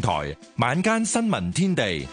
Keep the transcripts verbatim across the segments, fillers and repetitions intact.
電台晚間新聞天地。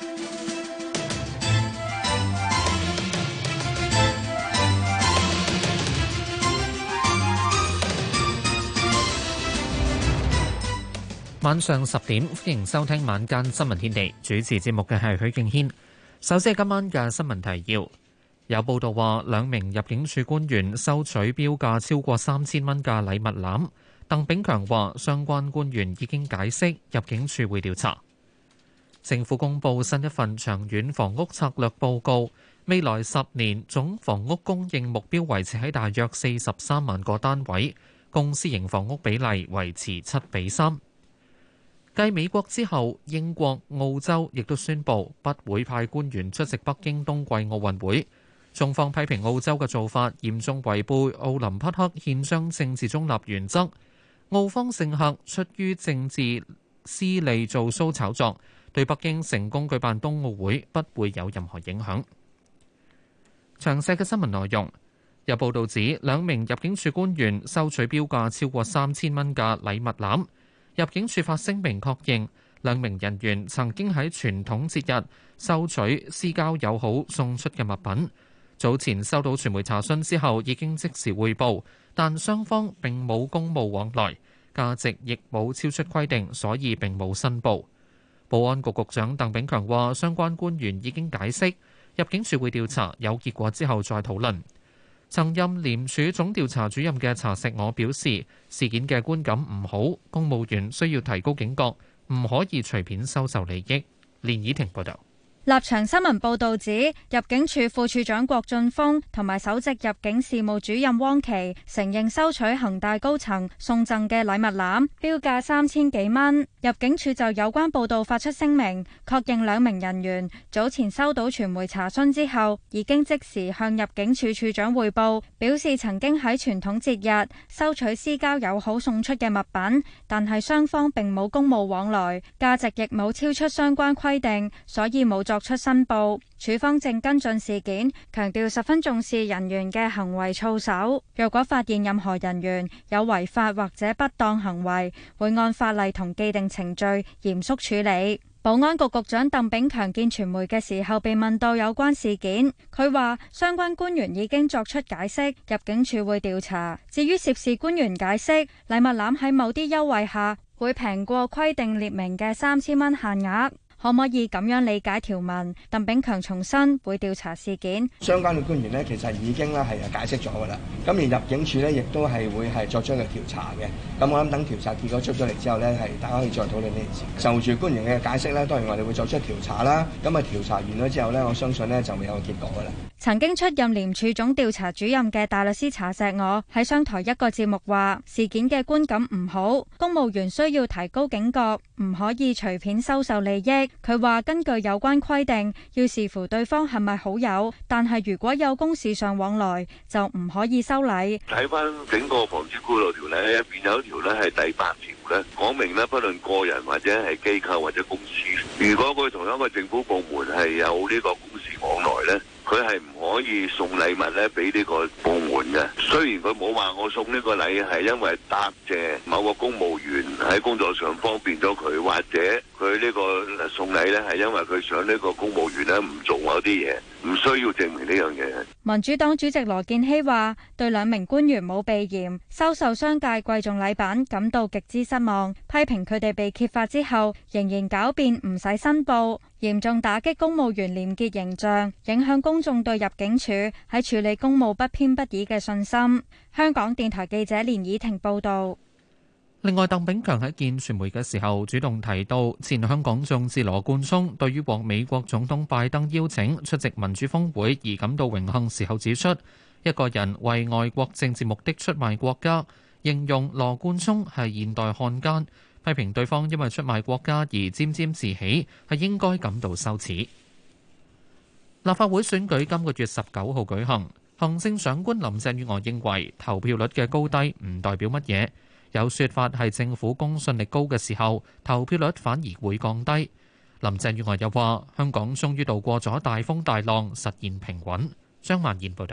晚上十點，歡迎收聽晚間新聞天地。主持節目嘅係許敬軒。首先係今晚嘅新聞提要。有報道話，兩名入境處官員收取標價超過三千蚊嘅禮物籃。鄧炳強話，相關官員已經解釋，入境處會調查。政府公布新一份長遠房屋策略報告，未來十年總房屋供應目標維持喺大約四十三萬個單位，公私營房屋比例維持七比三。繼美國之後，英國、澳洲亦都宣布不會派官員出席北京冬季奧運會。中方批評澳洲嘅做法嚴重違背奧林匹克憲章政治中立原則，澳方政客出於政治私利做騷炒作，對北京成功舉辦冬奧會不會有任何影響。詳細嘅新聞內容，有報道指兩名入境處官員收取標價超過三千蚊嘅禮物籃。入境處發聲明確認，兩名人員曾經喺傳統節日收取私交友好送出嘅物品。早前收到傳媒查詢之後，已經即時匯報，但雙方並冇公務往來，價值亦冇超出規定，所以並冇申報。保安局局長鄧炳強話，相關官員已經解釋，入境處會調查，有結果之後再討論。曾任廉署總調查主任嘅查錫我表示，事件嘅觀感唔好，公務員需要提高警覺，唔可以隨便收受利益。連倚婷報道。 立場新聞報導指，入境處副處長郭俊峰同埋首席入境事務主任汪琪承認收取恒大高層送贈嘅禮物籃，標價三千幾蚊。入境處就有關報導發出聲明，確認兩名人員早前收到傳媒查詢之後，已經即時向入境處處長匯報，表示曾經喺傳統節日收取私交友好送出嘅物品，但係雙方並冇公務往來，價值亦冇超出相關規定，所以冇作出申報。處方正跟進事件，強調十分重視人員嘅行為操守。若果發現任何人員有違法或者不當行為，會按法例同既定程序嚴肅處理。保安局局長鄧炳強見傳媒嘅時候被問到有關事件，佢話相關官員已經作出解釋，入境處會調查。至於涉事官員解釋，禮物籃喺某啲優惠下會平過規定列明嘅三千蚊限額。可唔可以咁樣理解條文？鄧炳強重申會調查事件。 相關嘅官員呢，其實已經咧係解釋咗㗎啦。咁而入境處呢，亦都係會係作出一個調查嘅。咁我諗等調查結果出咗嚟之後呢，係大家可以再討論呢件事。就住官員嘅解釋呢，當然我哋會作出調查啦。咁啊調查完咗之後呢，我相信呢就會有個結果㗎啦。 曾經出任廉署總調查主任嘅大律師查錫我喺商台一個節目話：事件嘅觀感唔好，公務員需要提高警覺，唔可以隨便收受利益。佢話根據有關規定，要視乎對方係咪好友，但係如果有公事上往來，就唔可以收禮。 睇翻整個防止賄賂條例入邊有一條咧係第八條咧，講明咧不論個人或者係機構或者公司，如果佢同一個政府部門係有呢個公事往來咧，佢係唔可以送禮物咧俾呢個部門嘅。雖然佢冇話我送呢個禮係因為答謝某個公務員喺工作上方便咗佢，或者佢呢個送禮咧係因為佢想呢個公務員咧唔做某啲嘢，唔需要證明呢樣嘢。 民主黨主席羅健熙話：對兩名官員冇避嫌，收受商界貴重禮品感到極之失望，批評佢哋被揭發之後仍然狡辯唔使申報，嚴重打擊公務員廉潔形象，影響公眾對入境處喺處理公務不偏不倚嘅信心。香港電台記者連倚婷報導。 另外，鄧炳強喺見傳媒嘅時候主動提到，前香港眾志羅冠聰對於獲美國總統拜登邀請出席民主峰會而感到榮幸時候指出，一個人為外國政治目的出賣國家，形容羅冠聰係現代漢奸，批評對方因為出賣國家而沾沾自喜，係應該感到羞恥。立法會選舉今個月十九號舉行，行政長官林鄭月娥認為投票率嘅高低唔代表乜嘢。有說法係政府公信力高嘅時候，投票率反而會降低。林鄭月娥又話：香港終於渡過咗大風大浪，實現平穩。張曼燕報導。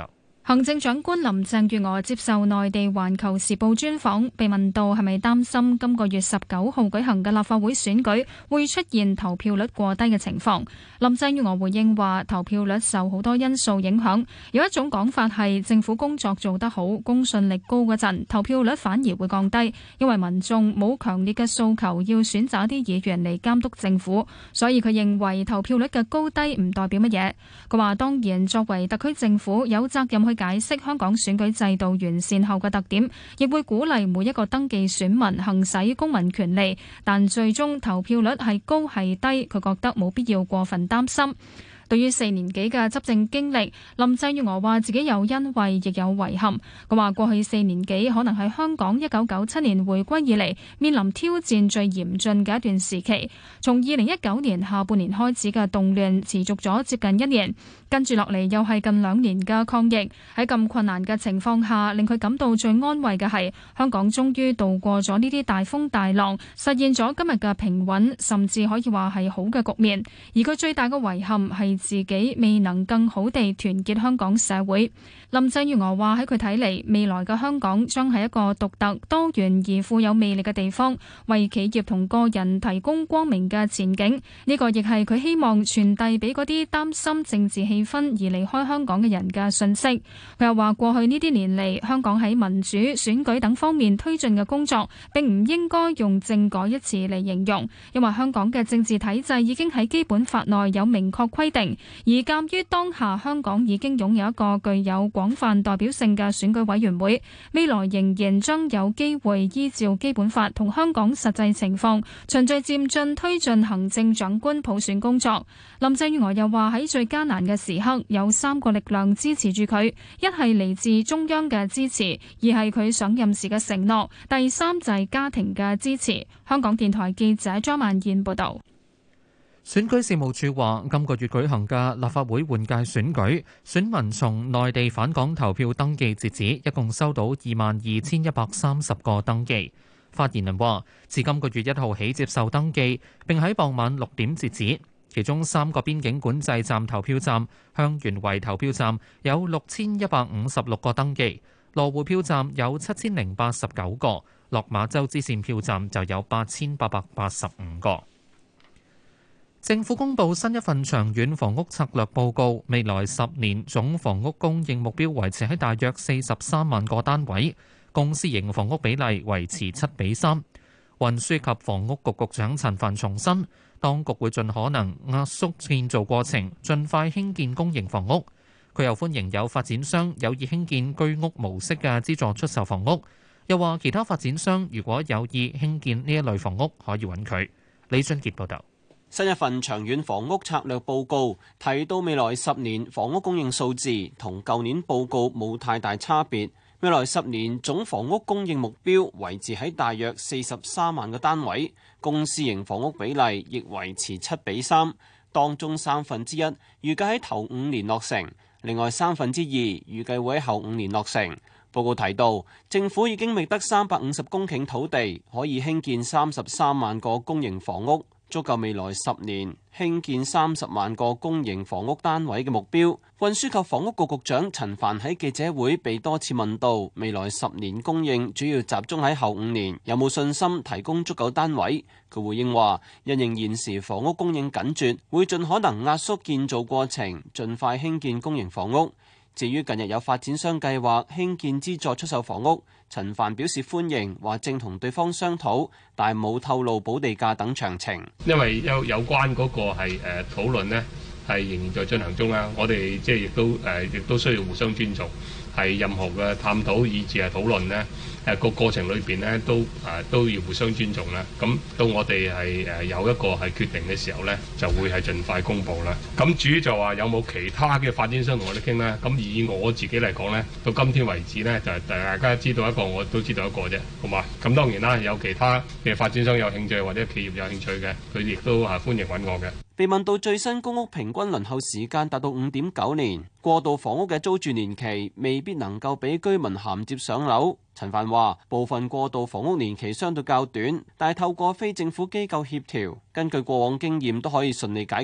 行政長官林鄭月娥接受內地環球時報專訪，被問到係咪擔心今個月十九號舉行嘅立法會選舉會出現投票率過低嘅情況，林鄭月娥回應話：投票率受好多因素影響，有一種講法係政府工作做得好、公信力高嗰陣，投票率反而會降低，因為民眾冇強烈嘅訴求要選擇一啲議員嚟監督政府，所以佢認為投票率嘅高低唔代表乜嘢。佢話當然作為特區政府有責任去解釋香港選舉制度完善後嘅特點，亦會鼓勵每一個登記選民行使公民權利，但最終投票率係高係低，佢覺得冇必要過分擔心。對於四年幾嘅執政經歷，林鄭月娥話自己有欣慰，亦有遺憾。佢話過去四年幾可能係香港一九九七年回歸以嚟面臨挑戰最嚴峻嘅一段時期。從二零一九年下半年開始嘅動亂持續咗接近一年，跟住落嚟又係近兩年嘅抗疫。喺咁困難嘅情況下，令佢感到最安慰嘅係香港終於度過咗呢啲大風大浪，實現咗今日嘅平穩，甚至可以話係好嘅局面。而佢最大嘅遺憾係自己未能更好地團結香港社會。林鄭月娥話喺佢睇嚟，未來嘅香港將係一個獨特、多元而富有魅力嘅地方，為企業同個人提供光明嘅前景。呢個亦係佢希望傳遞俾嗰啲擔心政治氣氛而離開香港嘅人嘅訊息。佢又話過去呢啲年嚟，香港喺民主、選舉等方面推進嘅工作，並唔應該用政改一詞嚟形容，因為香港嘅政治體制已經喺基本法內有明確規定。而鑑於當下香港已經擁有一個具有廣泛代表性嘅選舉委員會，未來仍然將有機會依照基本法同香港實際情況，循序漸進推進行政長官普選工作。林鄭月娥又話喺最艱難嘅時刻，有三個力量支持住佢，一係嚟自中央嘅支持，二係佢上任時嘅承諾，第三就係家庭嘅支持。香港電台記者張曼燕報導。 選舉事務處話，今個月舉行嘅立法會換屆選舉，選民從內地返港投票登記截止，一共收到二萬二千一百三十個登記。發言人話，自今個月一號起接受登記，並喺傍晚六點截止。其中三個邊境管制站投票站、香園圍投票站有六千一百五十六個登記，羅湖票站有七千零八十九個，落馬洲支線票站就有八千八百八十五個。政府公布新一份長遠房屋策略報告，未來十年總房屋供應目標維持喺大約四十三萬個單位，公私營房屋比例維持七比三。運輸及房屋局局長陳帆重申，當局會盡可能壓縮建造過程，盡快興建公營房屋。佢又歡迎有發展商有意興建居屋模式嘅資助出售房屋，又話其他發展商如果有意興建呢一類房屋，可以揾佢。李俊傑報導。 新一份長遠房屋策略報告提到，未來十年房屋供應數字同舊年報告冇太大差別。未來十年總房屋供應目標維持喺大約四十三萬個單位，公私營房屋比例亦維持七比三，當中三分之一預計喺頭五年落成，另外三分之二預計會喺後五年落成。報告提到，政府已經覓得三百五十公頃土地，可以興建三十三萬個公營房屋，足夠未來十年興建三十萬個公營房屋單位嘅目標。運輸及房屋局局長陳帆喺記者會被多次問到，未來十年供應主要集中喺後五年，有冇信心提供足夠單位？佢回應話，因應現時房屋供應緊絀，會盡可能壓縮建造過程，盡快興建公營房屋。至於近日有發展商計劃興建資助出售房屋，陳帆表示歡迎，話正同對方商討，但冇透露補地價等詳情。 因為有有關嗰個係誒討論呢，係仍然在進行中啦。我哋即係亦都誒亦都需要互相尊重，係任何嘅探討以至係討論呢，誒個過程裏邊呢都誒都要互相尊重啦。咁到我哋係誒有一個係決定嘅時候呢，就會係盡快公佈啦。咁至於就話有冇其他嘅發展商同我哋傾呢？咁以我自己嚟講呢，到今天為止呢，就係大家知道一個，我都知道一個啫，好嘛？咁當然啦，有其他嘅發展商有興趣或者企業有興趣嘅，佢亦都係歡迎揾我嘅。 被問到最新公屋平均輪候時間達到五點九年，過渡房屋嘅租住年期未必能夠俾居民銜接上樓。陳帆話：部分過渡房屋年期相對較短，但係透過非政府機構協調，根據過往經驗都可以順利解決。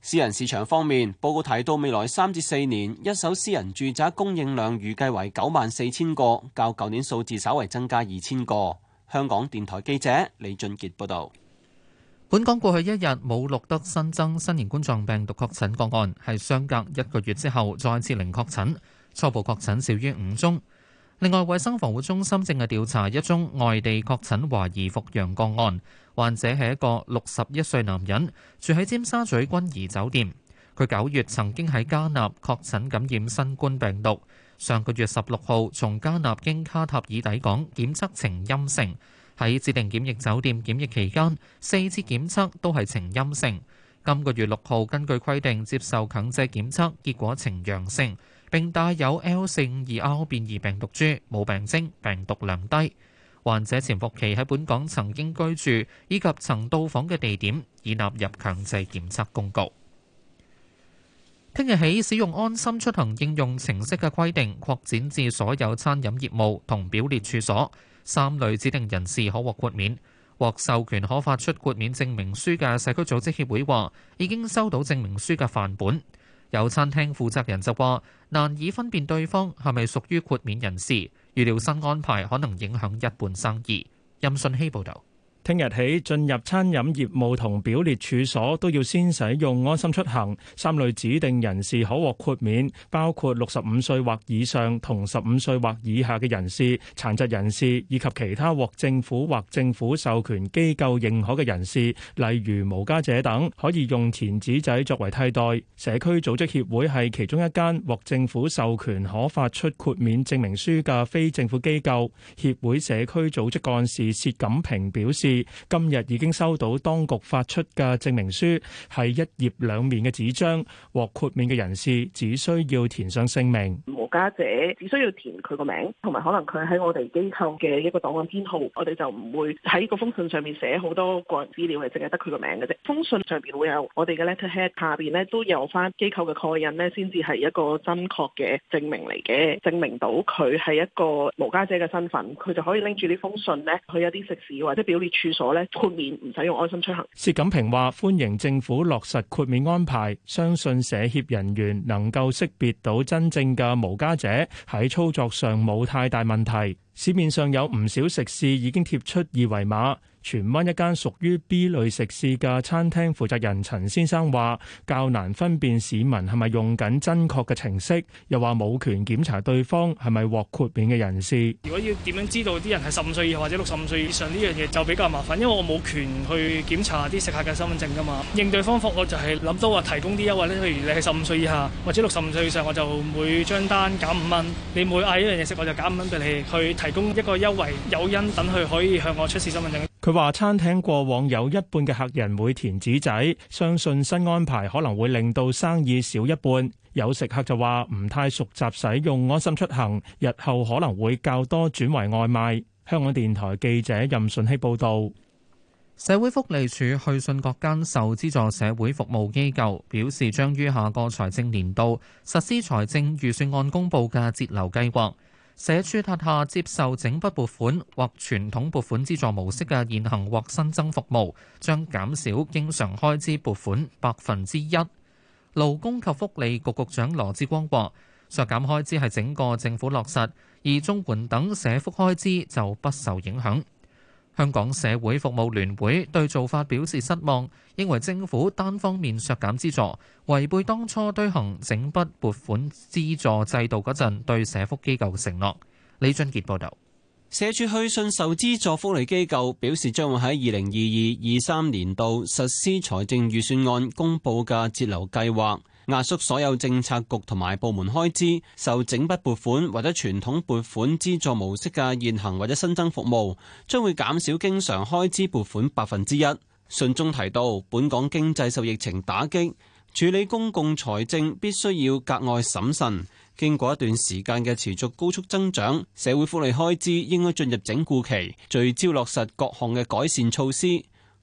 私人市場方面，報告提到未來三至四年一手私人住宅供應量預計為九萬四千個，較舊年數字稍為增加二千個。香港電台記者李俊傑報導。 本港過去一日冇錄得新增新型冠狀病毒確診個案，係相隔一個月之後再次零確診，初步確診少於五宗。另外，衛生防護中心正係調查一宗外地確診懷疑復陽個案，患者係一個六十一歲男人，住喺尖沙咀君怡酒店。佢九月曾經喺加納確診感染新冠病毒，上個月十六號從加納經卡塔爾抵港，檢測呈陰性。喺指定檢疫酒店檢疫期間，四次檢測都係呈陰性。今個月六號根據規定接受強制檢測，結果呈陽性，並帶有 L 四五二 R 變異病毒株，冇病徵，病毒量低。患者潛伏期喺本港曾經居住以及曾到訪嘅地點，已納入強制檢測公告。聽日起，使用安心出行應用程式嘅規定擴展至所有餐飲業務同表列處所，三類指定人士可獲豁免。獲授權可發出豁免證明書嘅社區組織協會話，已經收到證明書嘅範本。有餐廳負責人就話，難以分辨對方係咪屬於豁免人士，預料新安排可能影響一半生意。任信希報導。 聽日起，進入餐飲業務同表列處所都要先使用安心出行。三類指定人士可獲豁免，包括六十五歲或以上同十五歲或以下嘅人士、殘疾人士以及其他獲政府或政府授權機構認可嘅人士，例如無家者等，可以用填紙仔作為替代。社區組織協會係其中一間獲政府授權可發出豁免證明書嘅非政府機構。協會社區組織幹事薛錦平表示，今日已經收到當局發出嘅證明書，係一頁兩面嘅紙張，獲豁免嘅人士只需要填上姓名。 無家者只需要填佢個名，同埋可能佢喺我哋機構嘅一個檔案編號，我哋就唔會喺個封信上面寫好多個人資料，係淨係得佢個名嘅啫。封信上邊會有我哋嘅 letterhead， 下邊咧都有翻機構嘅蓋印咧，先至係一個真確嘅證明嚟嘅，證明到佢係一個無家者嘅身份，佢就可以拎住呢封信咧去一啲食肆或者表列處所咧豁免唔使用安心出行。 薛錦平話：歡迎政府落實豁免安排，相信社協人員能夠識別到真正嘅無家者，喺操作上冇太大問題。市面上有唔少食肆已經貼出二維碼。荃灣一間屬於 B 類食肆嘅餐廳負責人陳先生話：較難分辨市民係咪用緊真確嘅程式，又話冇權檢查對方係咪獲豁免嘅人士。 如果要點樣知道啲人係十五歲以下或者六十五歲以上呢樣嘢就比較麻煩，因為我冇權去檢查啲食客嘅身份證㗎嘛。應對方法我就係諗到話提供啲優惠咧，譬如你係十五歲以下或者六十五歲以上，我就每張單減五蚊。你每嗌一樣嘢食，我就減五蚊俾你，去提供一個優惠誘因，等佢可以向我出示身份證。 佢話餐廳過往有一半嘅客人會填紙仔，相信新安排可能會令到生意少一半。有食客就話唔太熟習使用安心出行，日後可能會較多轉為外賣。香港電台記者任順希報導。 社會福利署去信各間受資助社會服務機構，表示將於下個財政年度實施財政預算案公佈嘅節流計劃。社署轄下接受整筆撥款或傳統撥款資助模式嘅現行或新增服務，將減少經常開支撥款百分之一。勞工及福利局局長羅致光話：削減開支係整個政府落實，而綜援等社福開支就不受影響。香港社會服務聯會對做法表示失望，認為政府單方面削減資助，違背當初推行整筆撥款資助制度嗰陣對社福機構嘅承諾。李俊傑報導。 社署去信受資助福利機構，表示將會喺二零二二、二三年度實施財政預算案公佈嘅節流計劃，壓縮所有政策局同埋部門開支，受整筆撥款或者傳統撥款資助模式嘅現行或者新增服務，將會減少經常開支撥款百分之一。信中提到，本港經濟受疫情打擊，處理公共財政必須要格外審慎。經過一段時間嘅持續高速增長，社會福利開支應該進入整固期，聚焦落實各項嘅改善措施。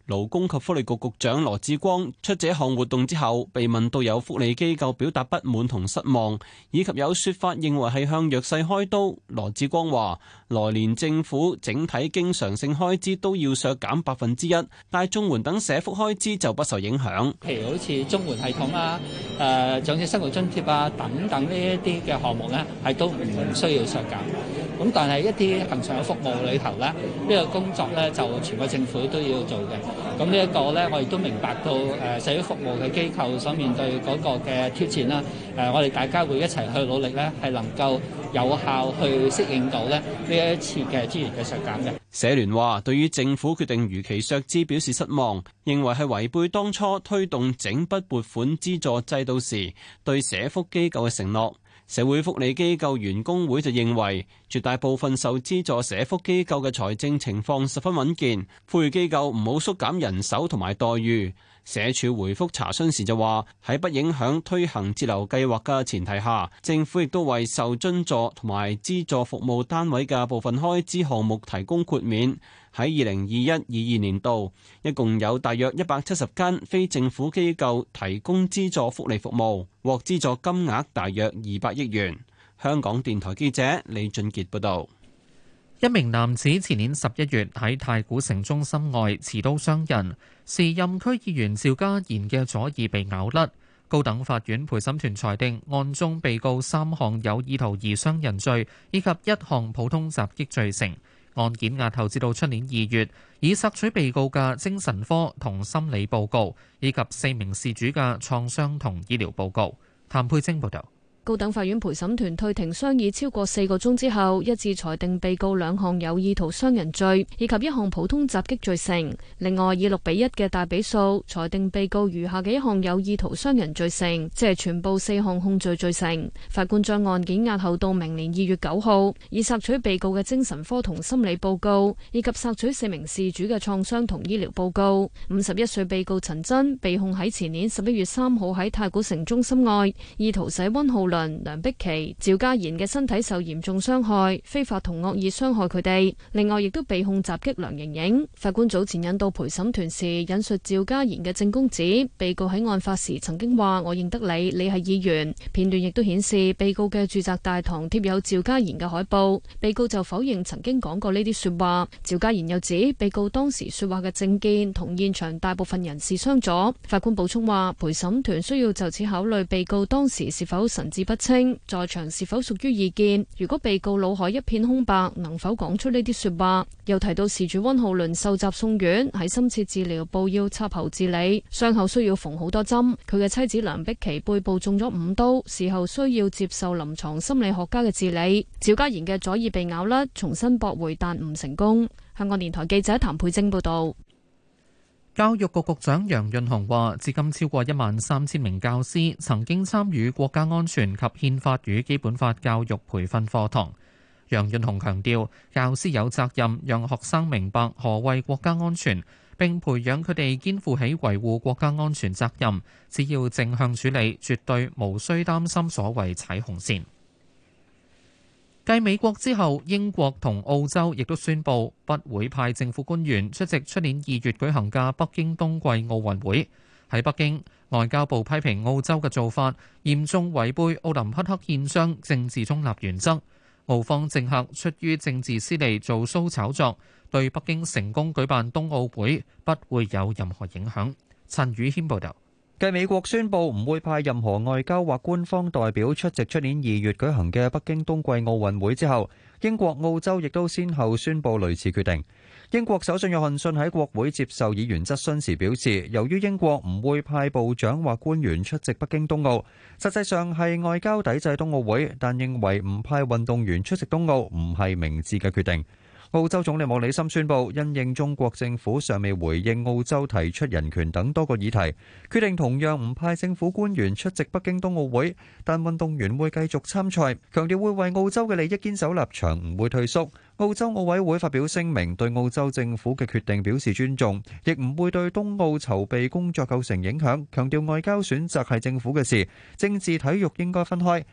勞工及福利局局長羅致光出席一項活動之後，被問到有福利機構表達不滿同失望，以及有說法認為係向弱勢開刀。羅致光話：來年政府整體經常性開支都要削減百分之一，但係綜援等社福開支就不受影響。 譬如好似綜援系統啊、誒、呃、長者生活津貼啊等等呢一啲嘅項目呢，係都唔需要削減。咁但係一啲恆常嘅服務裏頭咧，呢、這個工作咧就全個政府都要做嘅。咁呢一個咧，我亦都明白到誒社會服務嘅機構所面對嗰個嘅挑戰啦。誒，我哋大家會一齊去努力咧，係能夠有效去適應到咧呢一次嘅資源嘅削減嘅。 社聯話對於政府決定如期削資表示失望，認為係違背當初推動整筆撥款資助制度時對社福機構嘅承諾。社會福利機構員工會就認為，絕大部分受資助社福機構嘅財政情況十分穩健，呼籲機構唔好縮減人手同埋待遇。社署回覆查詢時就話，喺不影響推行節流計劃嘅前提下，政府亦都為受津助同埋資助服務單位嘅部分開支項目提供豁免。喺二零二一、二二年度，一共有大約一百七十間非政府機構提供資助福利服務，獲資助金額大約二百億元。香港電台記者李俊傑報導。 一名男子前年十一月喺太古城中心外持刀傷人，時任區議員趙家賢嘅左耳被咬甩。高等法院陪審團裁定案中被告三項有意圖而傷人罪，以及一項普通襲擊罪成。案件押後至到出年二月，以索取被告嘅精神科同心理報告，以及四名事主嘅創傷同醫療報告。譚佩晶報導。 高等法院陪審團退庭商議超過四個鐘之後，一致裁定被告兩項有意圖傷人罪以及一項普通襲擊罪成。另外以六比一嘅大比數裁定被告餘下嘅一項有意圖傷人罪成，即係全部四項控罪罪成。法官將案件押後到明年二月九號，以索取被告嘅精神科同心理報告，以及索取四名事主嘅創傷同醫療報告。五十一歲被告陳真被控喺前年十一月三號喺太古城中心外意圖使溫浩倫、梁碧琪、趙家賢嘅身體受嚴重傷害，非法同惡意傷害佢哋。另外，亦都被控襲擊梁瑩瑩。法官早前引導陪審團時，引述趙家賢嘅證供指，被告喺案發時曾經話：我認得你，你係議員。片段亦都顯示被告嘅住宅大堂貼有趙家賢嘅海報。被告就否認曾經講過呢啲說話。趙家賢又指，被告當時說話嘅政見同現場大部分人士相左。法官補充話，陪審團需要就此考慮被告當時是否神志不清，在場是否屬於意見。如果被告腦海一片空白，能否講出呢啲說話？又提到事主溫浩倫受襲送院，喺深切治療部要插喉治理，傷後需要縫好多針。佢嘅妻子梁碧琪背部中咗五刀，事後需要接受臨床心理學家嘅治理。趙家賢嘅左耳被咬甩，重新駁回但唔成功。香港電台記者譚佩晶報道。教育局局長楊潤雄話，至今超過一萬三千名教師曾經參與國家安全及憲法與基本法教育培訓課堂。楊潤雄強調，教師有責任讓學生明白何謂國家安全，並培養佢哋肩負起維護國家安全責任。只要正向處理，絕對無需擔心所謂踩紅線。繼美國之後，英國同澳洲亦都宣布不會派政府官員出席出年二月舉行嘅北京冬季奧運會。喺北京，外交部批評澳洲嘅做法嚴重違背奧林匹克憲章政治中立原則，澳方政客出於政治私利做騷炒作，對北京成功舉辦冬奧會不會有任何影響。陳宇軒報導。 繼美國宣布唔會派任何外交或官方代表出席出年二月舉行嘅北京冬季奧運會之後，英國、澳洲亦都先後宣布類似決定。英國首相約翰遜喺國會接受議員質詢時表示，由於英國唔會派部長或官員出席北京冬奧，實際上係外交抵制冬奧會，但認為唔派運動員出席冬奧唔係明智嘅決定。澳洲總理莫里森宣布，因應中國政府尚未回應澳洲提出人權等多個議題，決定同樣唔派政府官員出席北京冬奧會，但運動員會繼續參賽，強調會為澳洲嘅利益堅守立場，唔會退縮。澳洲奧委會發表聲明，對澳洲政府嘅決定表示尊重，亦唔會對冬奧籌備工作構成影響，強調外交選擇係政府嘅事，政治體育應該分開。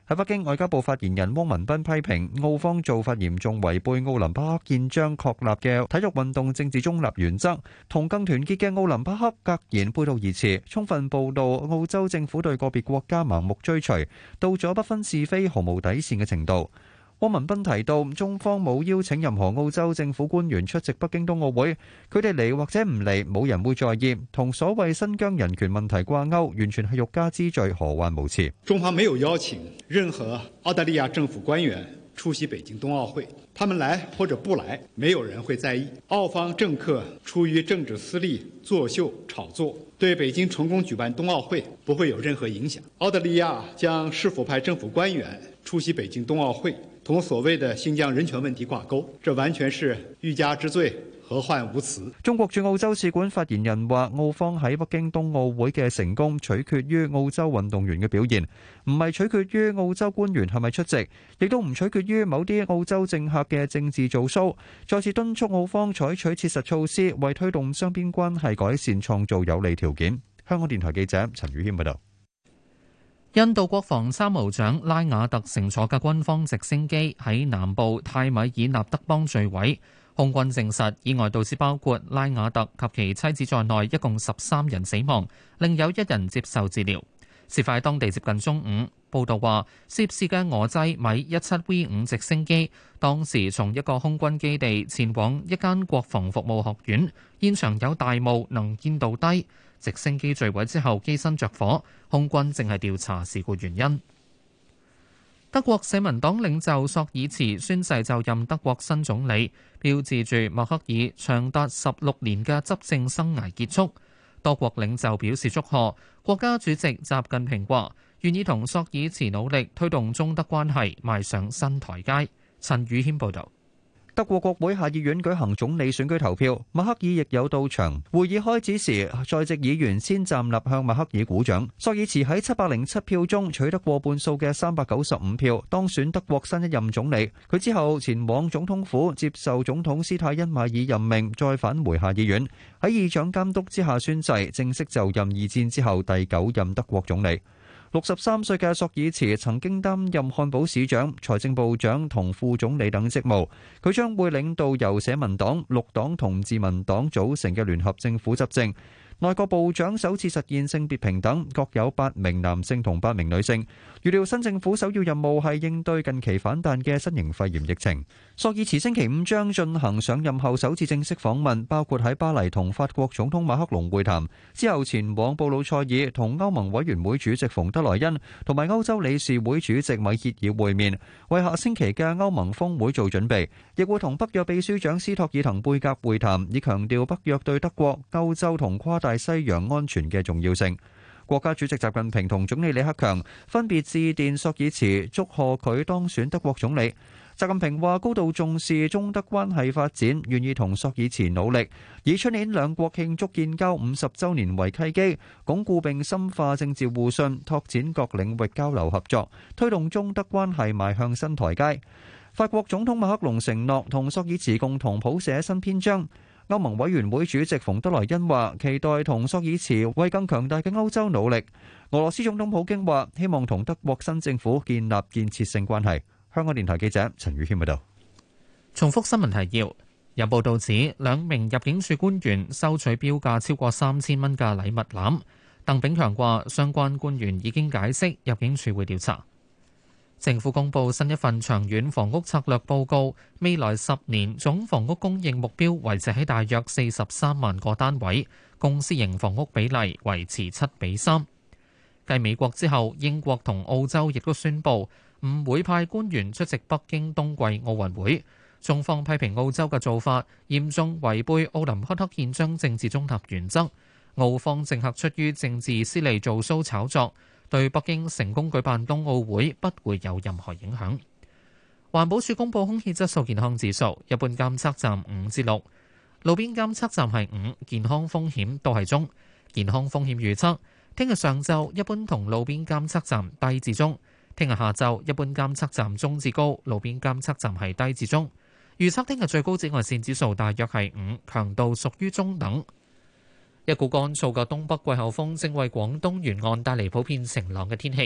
喺北京，外交部發言人汪文斌批評澳方做法嚴重違背奧林匹克憲章確立嘅體育運動政治中立原則，同更團結嘅奧林匹克格言背道而馳，充分暴露澳洲政府對個別國家盲目追隨，到咗不分是非、毫無底線嘅程度。汪文斌提到，中方冇邀請任何澳洲政府官員出席北京冬奧會，佢哋嚟或者唔嚟，冇人會在意，同所謂新疆人權問題掛鈎，完全係欲加之罪，何患無辭。 中方沒有邀請任何澳大利亞政府官員出席北京冬奧會，他們來或者不來，沒有人會在意。澳方政客出於政治私利，作秀炒作，對北京成功舉辦冬奧會不會有任何影響。澳大利亞將是否派政府官員出席北京冬奧會同所謂的新疆人權問題掛鈎，這完全是欲加之罪，何患無辭。 中國駐澳洲使館發言人話，澳方喺北京冬奧會嘅成功取決於澳洲運動員嘅表現，唔係取決於澳洲官員係咪出席，亦都唔取決於某啲澳洲政客嘅政治造騷。再次敦促澳方採取切實措施，為推動雙邊關係改善創造有利條件。香港電台記者陳宇軒報道。 印度國防參謀長拉瓦特乘坐嘅軍方直升機喺南部泰米爾納德邦墜毀，空軍證實意外導致包括拉瓦特及其妻子在內一共十三人死亡，另有一人接受治療。事發喺當地接近中午。報道話，涉事嘅俄製米一七 V 五直升機當時從一個空軍基地前往一間國防服務學院，現場有大霧，能見度低。直升機墜毀之後，機身着火，空軍正係調查事故原因。德國社民黨領袖朔爾茨宣誓就任德國新總理，標誌住默克爾長達十六年嘅執政生涯結束。多國領袖表示祝賀，國家主席習近平話願意同朔爾茨努力推動中德關係邁上新台階。陳宇軒報導。 德國國會下議院舉行總理選舉投票，默克爾亦有到場。會議開始時，在席議員先站立向默克爾鼓掌。朔爾茨喺七百零七票中取得過半數嘅三百九十五票，當選德國新一任總理。佢之後前往總統府接受總統施泰因邁爾任命，再返回下議院，喺議長監督之下宣誓，正式就任二戰之後第九任德國總理。六十三歲嘅朔爾茨曾經擔任漢堡市長、財政部長同副總理等職務，佢將會領導由社民黨、綠黨同自民黨組成嘅聯合政府執政。內閣部長首次實現性別平等，各有八名男性同八名女性。預料新政府首要任務係應對近期反彈嘅新型肺炎疫情。朔爾茨星期五將進行上任後首次正式訪問，包括喺巴黎同法國總統馬克龍會談，之後前往布魯塞爾同歐盟委員會主席馮德萊恩同埋歐洲理事會主席米歇爾會面，為下星期嘅歐盟峰會做準備。亦會同北約秘書長斯托爾滕貝格會談，以強調北約對德國、歐洲同跨大西洋安全嘅重要性。國家主席習近平同總理李克強分別致電朔爾茨，祝賀佢當選德國總理。習近平話高度重視中德關係發展，願意同朔爾茨努力，以出年兩國慶祝建交五十週年為契機，鞏固並深化政治互信，拓展各領域交流合作，推動中德關係邁向新台階。法國總統馬克龍承諾同朔爾茨共同譜寫新篇章。歐盟委員會主席馮德萊恩話期待同朔爾茨為更強大嘅歐洲努力。俄羅斯總統普京話希望同德國新政府建立建設性關係。香港電台記者陳宇軒報道。 重複新聞提要，有報道指兩名入境處官員收取標價超過三千蚊嘅禮物籃。鄧炳強話相關官員已經解釋，入境處會調查。政府公布新一份長遠房屋策略報告，未來十年總房屋供應目標維持喺大約四十三萬個單位，公私營房屋比例維持七比三。繼美國之後，英國同澳洲亦都宣布唔會派官員出席北京冬季奧運會。中方批評澳洲嘅做法嚴重違背奧林匹克憲章政治中立原則，澳方政客出於政治私利做騷炒作，對北京成功舉辦冬奧會不會有任何影響。環保署公布空氣質素健康指數，一般監測站五至六，路邊監測站係五，健康風險都係中。健康風險預測，聽日上晝一般同路邊監測站低至中，聽日下晝一般監測站中至高，路邊監測站係低至中。預測聽日最高紫外線指數大約係五，強度屬於中等。一股乾燥嘅東北季候風正為廣東沿岸帶嚟普遍晴朗嘅天氣。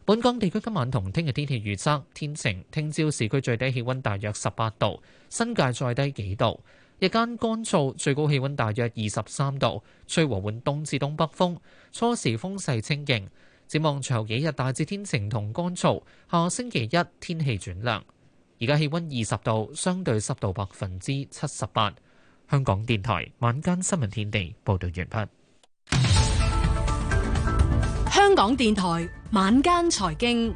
本港地區今晚同聽日天氣預測天晴，聽朝市區最低氣溫大約十八度，新界再低幾度。日間乾燥，最高氣溫大約二十三度，吹和緩東至東北風，初時風勢清勁。展望隨後幾日大致天晴同乾燥，下星期一天氣轉涼。而家氣溫二十度，相對濕度百分之七十八。香港電台晚間新聞天地報道完畢。 香港電台晚間財經，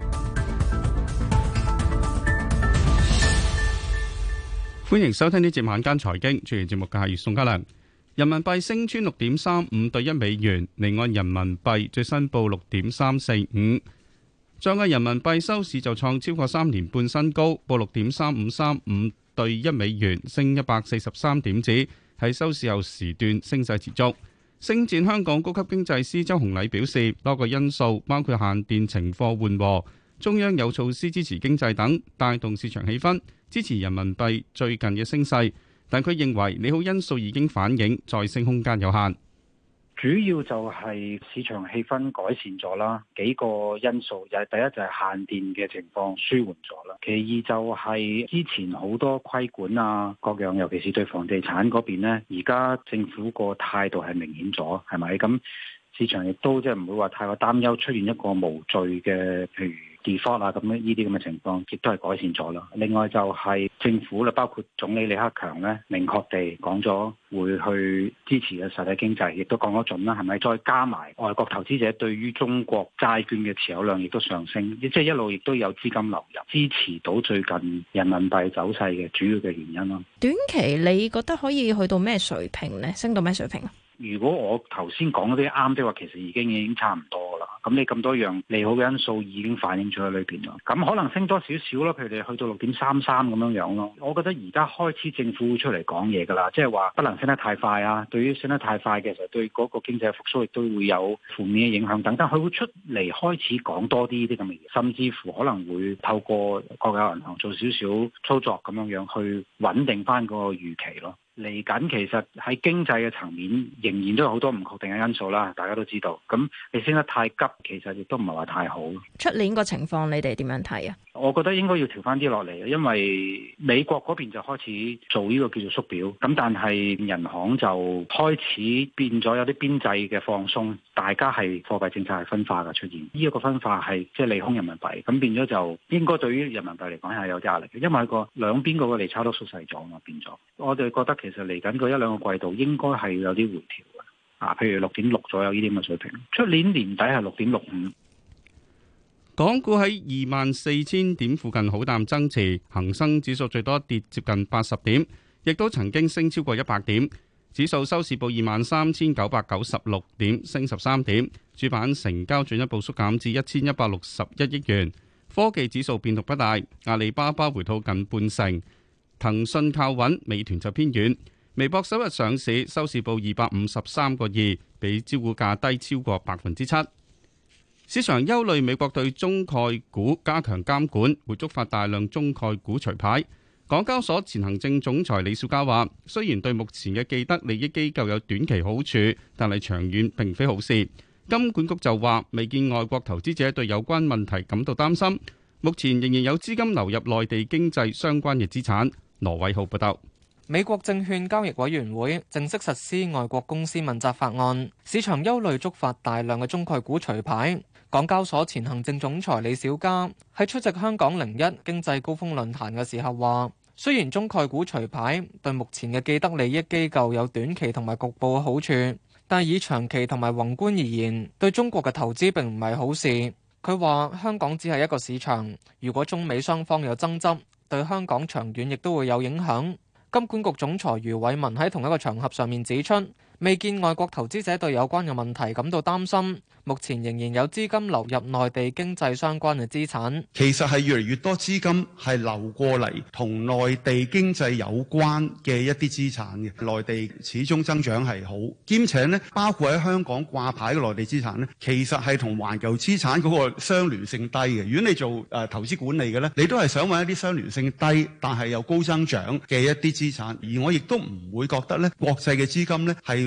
歡迎收聽呢節晚間財經，主持節目嘅係宋家良。人民幣升穿六點三五對一美元，離岸人民幣最新報六點三四五，在岸人民幣收市就創超過三年半新高，報六點三五三五對一美元，升一百四十三點子，喺收市後時段升勢持續。星展香港高級經濟師周洪禮表示，多個因素包括限電情況緩和、中央有措施支持經濟等，帶動市場氣氛，支持人民幣最近嘅升勢。但佢認為利好因素已經反映，再升空間有限。 主要就係市場氣氛改善咗啦，幾個因素，就係第一就係限電嘅情況舒緩咗啦，其二就係之前好多規管啊各樣，尤其是對房地產嗰邊呢，而家政府個態度係明顯咗，係咪？咁市場亦都即係唔會話太過擔憂出現一個無序嘅，譬如default 啊咁樣呢啲咁嘅情況，亦都係改善咗啦。另外就係政府啦，包括總理李克強咧，明確地講咗會去支持嘅實體經濟，亦都講得準啦，係咪？再加埋外國投資者對於中國債券嘅持有量亦都上升，即係一路亦都有資金流入，支持到最近人民幣走勢嘅主要嘅原因咯。 短期你覺得可以去到咩水平呢？升到咩水平啊？ 如果我頭先講嗰啲啱的話，其實已經已經差唔多啦。咁你咁多樣利好嘅因素已經反映咗喺裏邊咯。咁可能升多少少啦，譬如你去到六點三三咁樣樣咯。我覺得而家開始政府會出嚟講嘢㗎啦，即係話不能升得太快啊。對於升得太快嘅時候，對嗰個經濟復甦亦都會有負面嘅影響等等。佢會出嚟開始講多啲啲咁嘅嘢，甚至乎可能會透過國有銀行做少少操作咁樣樣去穩定翻嗰個預期咯。嚟緊其實喺經濟嘅層面仍然都有好多唔確定嘅因素啦，大家都知道。咁你升得太急，其實亦都唔係話太好。 出年個情況你哋點樣睇啊？ 我覺得應該要調翻啲落嚟，因為美國嗰邊就開始做呢個叫做縮表，咁但係人行就開始變咗有啲邊際嘅放鬆，大家係貨幣政策係分化嘅出現，呢一個分化係即係利空人民幣，咁變咗就應該對於人民幣嚟講係有啲壓力嘅，因為個兩邊嗰個利差都縮細咗嘛，變咗。我哋覺得其實嚟緊嗰一兩個季度應該係有啲回調嘅，啊，譬如六點六左右呢啲咁嘅水平，出年年底係六點六五。 港股喺二萬四千點附近好淡爭持，恒生指數最多跌接近八十點，亦都曾經升超過一百點。指數收市報二萬三千九百九十六點，升十三點。主板成交進一步縮減至一千一百六十一億元。科技指數變動不大，阿里巴巴回吐近半成，騰訊靠穩，美團就偏軟。微博首日上市，收市報二百五十三個二，比招股價低超過百分之七。市場憂慮美國對中概股加強監管，會觸發大量中概股除牌。港交所前行政總裁李小加話，雖然對目前嘅既得利益機構有短期好處，但係長遠並非好事。金管局就話，未見外國投資者對有關問題感到擔心，目前仍然有資金流入內地經濟相關嘅資產。羅偉浩報道。 美國證券交易委員會正式實施外國公司問責法案，市場憂慮觸發大量嘅中概股除牌。港交所前行政總裁李小加喺出席香港零一經濟高峰論壇嘅時候話，雖然中概股除牌對目前嘅既得利益機構有短期同埋局部嘅好處，但以長期同埋宏觀而言，對中國嘅投資並唔係好事。佢話香港只係一個市場，如果中美雙方有爭執，對香港長遠亦都會有影響。金管局總裁余偉文喺同一個場合上面指出，未見外國投資者對有關嘅問題感到擔心，目前仍然有資金流入內地經濟相關嘅資產。 其實係越嚟越多資金係流過嚟同內地經濟有關嘅一啲資產嘅。內地始終增長係好，兼且呢包括喺香港掛牌嘅內地資產呢，其實係同環球資產嗰個相聯性低嘅。如果你做誒、呃、投資管理嘅呢，你都係想揾一啲相聯性低但係又高增長嘅一啲資產。而我亦都唔會覺得呢國際嘅資金呢係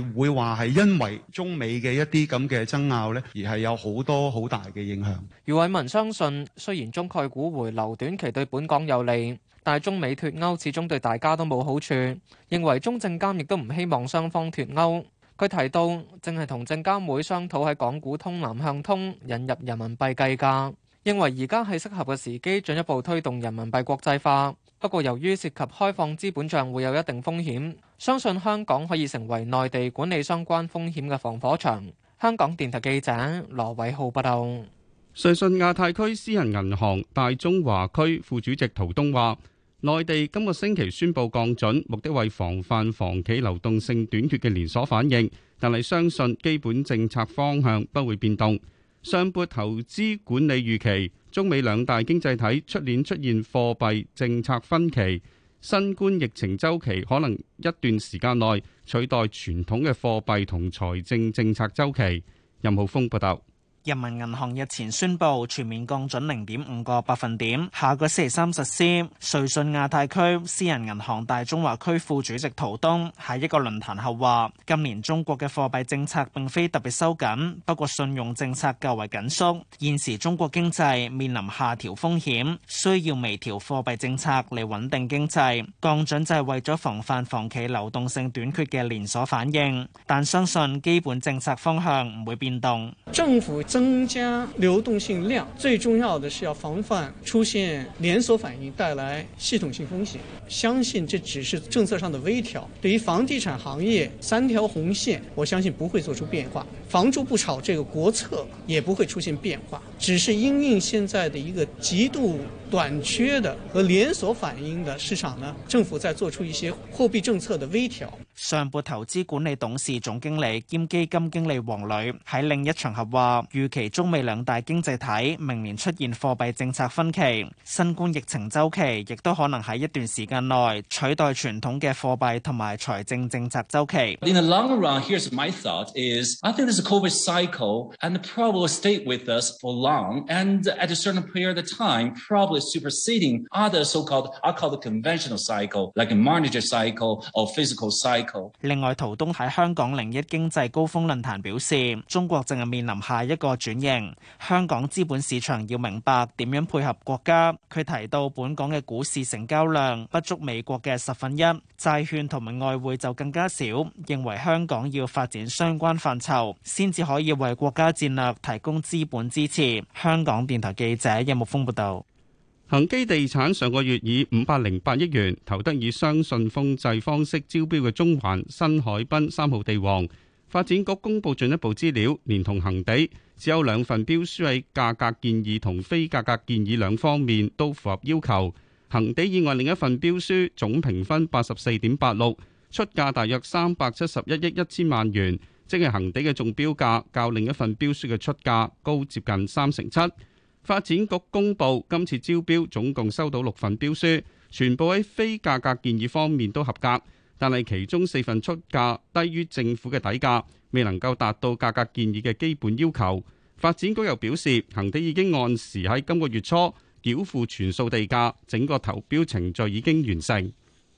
係會話係因為中美嘅一啲咁嘅爭拗呢，而係有好多好大嘅影響。 余偉文相信，雖然中概股回流短期對本港有利，但係中美脫鈎始終對大家都冇好處。認為中證監亦都唔希望雙方脫鈎。佢提到，正係同證監會商討喺港股通南向通引入人民幣計價，認為而家係適合嘅時機進一步推動人民幣國際化。不過由於涉及開放資本帳會有一定風險，相信香港可以成為內地管理相關風險嘅防火牆。香港電台記者羅偉浩報道。 瑞信亞太區私人銀行大中華區副主席陶東話，內地今個星期宣布降準，目的為防範房企流動性短缺嘅連鎖反應，但係相信基本政策方向不會變動。上撥投資管理預期，中美兩大經濟體出年出現貨幣政策分歧，新冠疫情週期可能一段時間內取代傳統嘅貨幣同財政政策週期。任浩峰報道。 人民銀行日前宣布全面降準零點五個百分點，下個星期三實施。瑞信亞太區私人銀行大中華區副主席陶東喺一個論壇後話，今年中國嘅貨幣政策並非特別收緊，不過信用政策較為緊縮。現時中國經濟面臨下調風險，需要微調貨幣政策嚟穩定經濟。降準就係為咗防範房企流動性短缺嘅連鎖反應，但相信基本政策方向唔會變動。 政府增加流動性量，最重要的是要防範出現連鎖反應帶來系統性風險。相信這只是政策上的微調，對於房地產行業三條紅線，我相信不會做出變化。房住不炒這個國策也不會出現變化，只是因應現在的一個極度短缺的和連鎖反應的市場呢，政府在做出一些貨幣政策的微調。 上撥投資管理董事總經理兼基金經理黃磊喺另一場合話，預期中美兩大經濟體明年出現貨幣政策分歧，新冠疫情週期亦都可能喺一段時間內取代傳統嘅貨幣同埋財政政策週期。 In the long run, here's my thought is, I think this COVID cycle and probably will stay with us for long, and at a certain period of time, probably superseding other so-called, I call the conventional cycle, like a monetary cycle or physical cycle。 另外，陶東喺香港零一經濟高峰論壇表示，中國正係面臨下一個轉型，香港資本市場要明白點樣配合國家。佢提到，本港嘅股市成交量不足美國嘅十分一，債券同埋外匯就更加少，認為香港要發展相關範疇，先至可以為國家戰略提供資本支持。香港電台記者任木峰報道。 恒基地產上個月以五百零八億元投得以雙信封制方式招標嘅中環新海濱三號地王。發展局公布進一步資料，連同恒地只有兩份標書喺價格建議同非價格建議兩方面都符合要求。恒地以外另一份標書總評分八十四點八六，出價大約三百七十一億一千萬元，即係恒地嘅中標價較另一份標書嘅出價高接近三成七。發展局公布今次招標總共收到六份標書，全部喺非價格建議方面都合格，但係其中四份出價低於政府嘅底價，未能夠達到價格建議嘅基本要求。發展局又表示，恒地已經按時喺今個月初繳付全數地價，整個投標程序已經完成。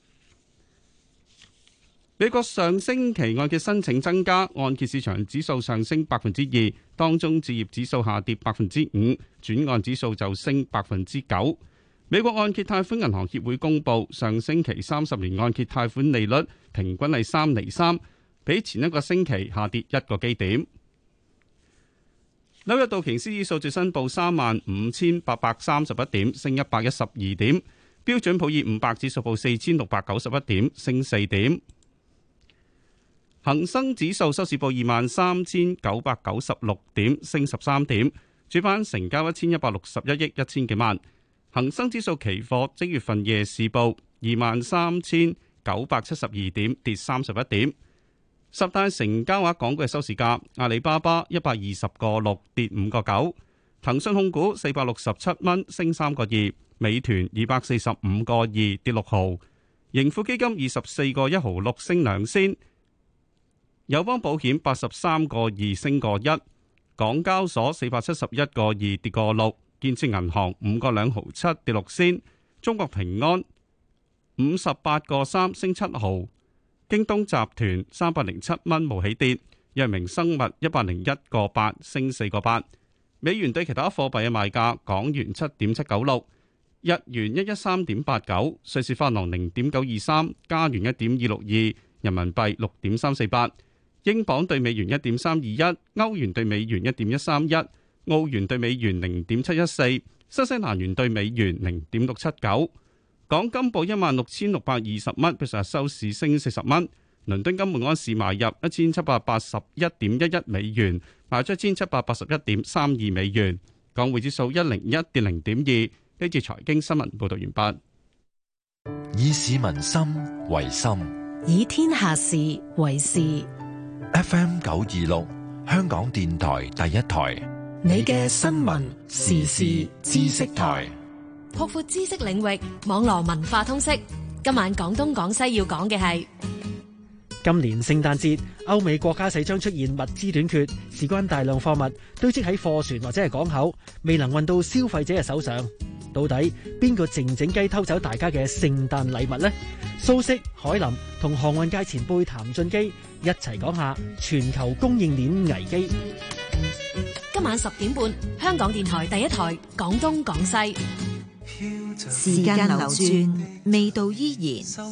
美國上星期按揭申請增加，按揭市場指數上升百分之二，當中置業指數下跌百分之五，轉按指數就升百分之九。美國按揭貸款銀行協會公布，上星期三十年按揭貸款利率平均係三厘三，比前一個星期下跌一個基點。紐約道瓊斯指數最新報三萬五千八百三十一點，升一百一十二點。標準普爾五百指數報四千六百九十一點，升四點。恒生指數收市報二萬三千九百九十六點，升十三點。主板成交一千一百六十一億一千幾萬。恒生指數期貨即月份夜市報二萬三千九百七十二點，跌三十一點。十大成交額港股嘅收市價：阿里巴巴一百二十個六，跌五個九；騰訊控股四百六十七蚊，升三個二；美團二百四十五個二，跌六毫；盈富基金二十四個一毫六，升兩仙。友邦保險八十三個二，升個一，港交所四百七十一個二，跌個六，建設銀行五個兩毫七，跌六仙，中國平安五十八個三，升七毫， 京東集團三百零七蚊冇起跌，藥明生物一百零一個八升四個八。美元對其他貨幣嘅賣價：港元七點七九六，日元一一三點八九，瑞士法郎零點九二三，加元一點二六二，人民幣六點三四八，英鎊對美元一點三二一，歐元對美元一點一三一，澳元對美元零點七一四，新西蘭元對美元零點六七九。港金報一萬六千六百二十蚊，比上日收市升四十蚊。倫敦金每安士買入一千七百八十一點一一美元，賣出一千七百八十一點三二美元。港匯指數一零一跌零點二。呢節財經新聞報道完畢。 以市民心為心， 以天下事為事。 F M 九二六，香港電台第一台， 你嘅新聞時事知識台， 擴闊知識領域，網絡文化通識。今晚廣東廣西要講嘅係。 今年聖誕節，歐美國家勢將出現物資短缺，事關大量貨物堆積喺貨船或者係港口，未能運到消費者嘅手上。到底邊個靜靜雞偷走大家嘅聖誕禮物呢？蘇軾、海林同航運界前輩譚俊基一齊講下全球供應鏈危機。 今晚十點半，香港電台第一台廣東廣西。 時間流轉，味道依然。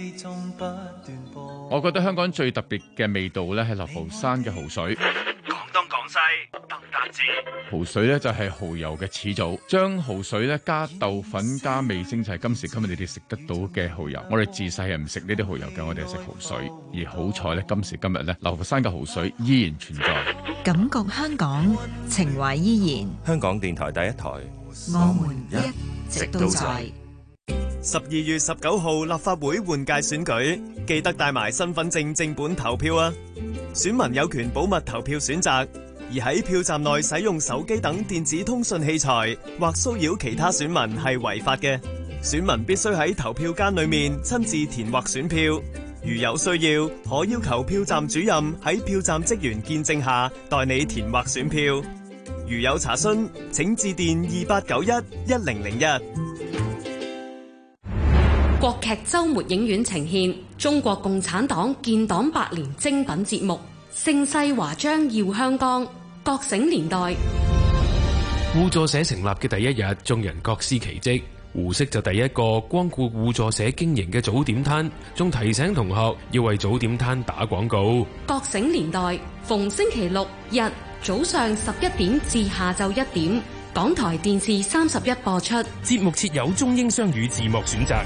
我覺得香港最特別嘅味道咧，係流浮山嘅蠔水。 廣東廣西，鄧達志。 蠔水咧就係蠔油嘅始祖，將蠔水咧加豆粉加味精，就係今時今日你哋食得到嘅蠔油。我哋自細係唔食呢啲蠔油嘅，我哋係食蠔水。而好彩咧，今時今日咧，流浮山嘅蠔水依然存在。 感覺香港，情懷依然。 香港電台第一台， 我們一直都在。 十二月十九號立法會換屆選舉，記得帶埋身份證正本投票啊！選民有權保密投票選擇，而喺票站內使用手機等電子通訊器材或騷擾其他選民係違法嘅。選民必須喺投票間裏面親自填劃選票，如有需要，可要求票站主任喺票站職員見證下代你填劃選票。如有查詢，請致電二八九一一零零一。 國劇周末影院呈現中國共產黨建黨百年精品節目《盛世華章耀香江》，覺醒年代。 互助社成立嘅第一日，眾人各司其職。胡適就第一個光顧互助社經營嘅早點攤，仲提醒同學要為早點攤打廣告。 覺醒年代逢星期六日早上十一點至下晝一點，港台電視三十一播出。 節目設有中英雙語字幕選擇。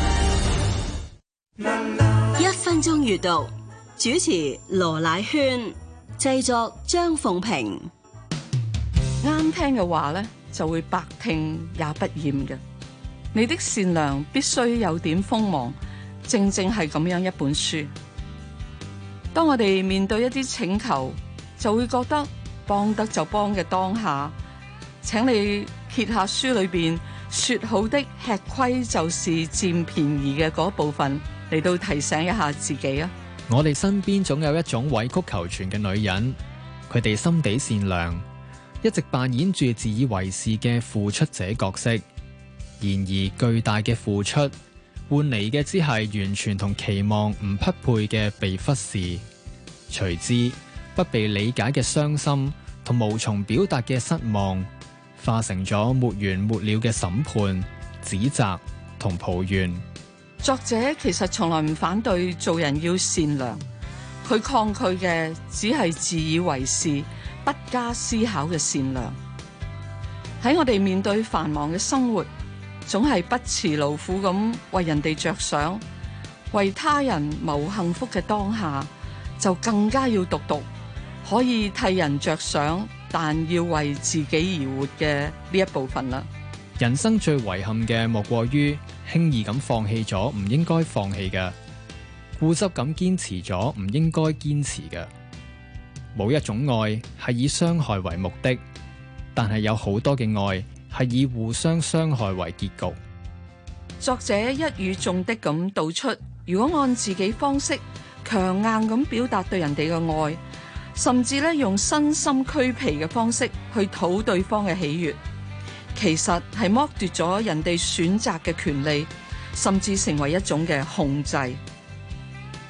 一分鐘閱讀，主持羅乃萱，製作張鳳平。 啱聽嘅話呢，就會百聽也不厭嘅。你的善良必須有點鋒芒，正正係咁樣一本書。當我哋面對一啲請求，就會覺得幫得就幫嘅當下，請你揭下書裏邊說好的吃虧就是佔便宜嘅嗰部分，嚟到提醒一下自己啊！ 我哋身邊總有一種委曲求全嘅女人，佢哋心地善良，一直扮演住自以為是嘅付出者角色。然而巨大嘅付出換嚟嘅只係完全同期望唔匹配嘅被忽視，隨之不被理解嘅傷心同無從表達嘅失望，化成咗沒完沒了嘅審判、指責同抱怨。 作者其實從來唔反對做人要善良，佢抗拒嘅只係自以為是、不加思考嘅善良。喺我哋面對繁忙嘅生活，總係不辭勞苦咁為人哋着想，為他人謀幸福嘅當下，就更加要讀讀可以替人着想，但要為自己而活嘅呢一部分啦。 人生最遺憾嘅莫過於輕易咁放棄咗唔應該放棄嘅，固執咁堅持咗唔應該堅持嘅。冇一種愛係以傷害為目的，但係有好多嘅愛係以互相傷害為結局。 作者一語中的咁道出，如果按自己方式強硬咁表達對人哋嘅愛，甚至咧用身心俱疲嘅方式去討對方嘅喜悅，其實係剝奪咗人哋選擇嘅權利，甚至成為一種嘅控制。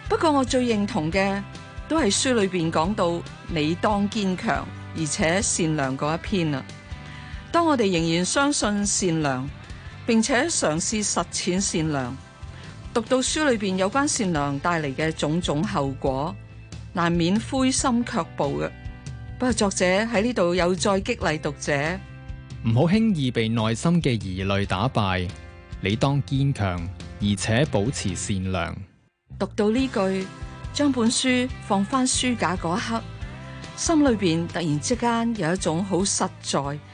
不過我最認同嘅都係書裏邊講到你當堅強而且善良嗰一篇啊。當我哋仍然相信善良，並且嘗試實踐善良，讀到書裏邊有關善良帶嚟嘅種種後果，難免灰心卻步嘅。不過作者喺呢度又再激勵讀者， 唔好輕易被內心嘅疑慮打敗，你當堅強而且保持善良。 讀到呢句，將本書放翻書架嗰一刻，心裏邊突然之間有一種好實在